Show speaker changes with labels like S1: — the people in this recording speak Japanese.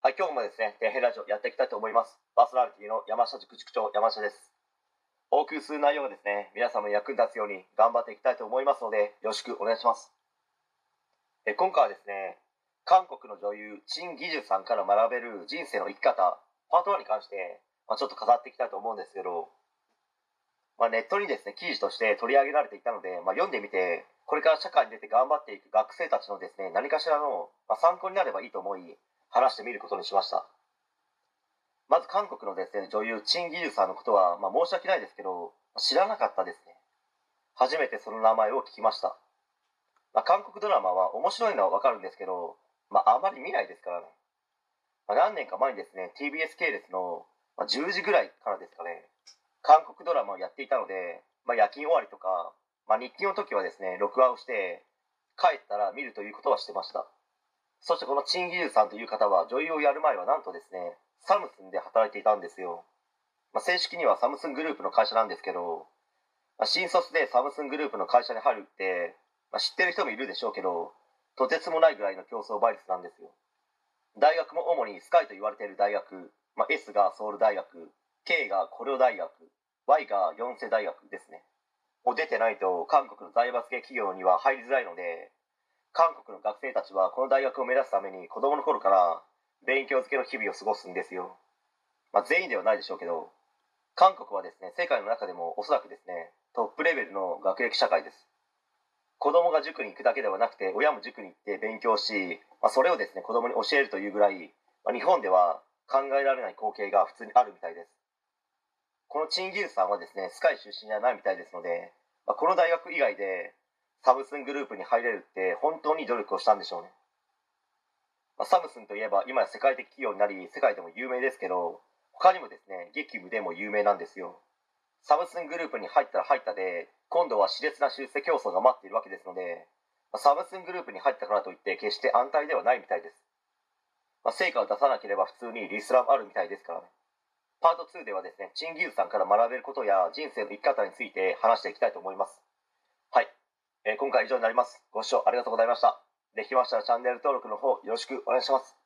S1: はい、今日もですね、底辺ラジオやっていきたいと思います。パーソナリティの山下塾塾長、山下です。お送りする内容がですね、皆様の役に立つように頑張っていきたいと思いますので、よろしくお願いします。今回はですね、韓国の女優、チン・ギジュさんから学べる人生の生き方、パート1に関して、ちょっと語っていきたいと思うんですけど、ネットにですね、記事として取り上げられていたので、読んでみて、これから社会に出て頑張っていく学生たちのですね、何かしらの、参考になればいいと思い、話してみることにしました。まず韓国のですね、女優、チン・ギジュさんのことは、申し訳ないですけど、知らなかったですね。初めてその名前を聞きました。韓国ドラマは面白いのはわかるんですけど、あまり見ないですからね。何年か前にですね、TBS 系列の、10時ぐらいからですかね、韓国ドラマをやっていたので、夜勤終わりとか、日勤の時はですね、録画をして、帰ったら見るということはしてました。そしてこのチン・ギジュさんという方は女優をやる前はなんとですね、サムスンで働いていたんですよ。正式にはサムスングループの会社なんですけど、新卒でサムスングループの会社に入るって、知ってる人もいるでしょうけど、とてつもないぐらいの競争倍率なんですよ。大学も主にスカイと言われている大学、S がソウル大学、K がコレオ大学、Y がヨンセ大学ですね。を出てないと韓国の財閥系企業には入りづらいので、韓国の学生たちはこの大学を目指すために子供の頃から勉強漬けの日々を過ごすんですよ。全員ではないでしょうけど、韓国はですね、世界の中でもおそらくですね、トップレベルの学歴社会です。子供が塾に行くだけではなくて、親も塾に行って勉強し、それをですね、子供に教えるというぐらい、日本では考えられない光景が普通にあるみたいです。このチンギルさんはですね、スカイ出身じゃないみたいですので、この大学以外でサムスングループに入れるって本当に努力をしたんでしょうね。サムスンといえば今や世界的企業になり世界でも有名ですけど、他にもですね、激務でも有名なんですよ。サムスングループに入ったら入ったで、今度は熾烈な出世競争が待っているわけですので、サムスングループに入ったからといって決して安泰ではないみたいです。成果を出さなければ普通にリストラもあるみたいですからね。パート2ではですね、チンギルさんから学べることや人生の生き方について話していきたいと思います。はい、今回は以上になります。ご視聴ありがとうございました。できましたらチャンネル登録の方よろしくお願いします。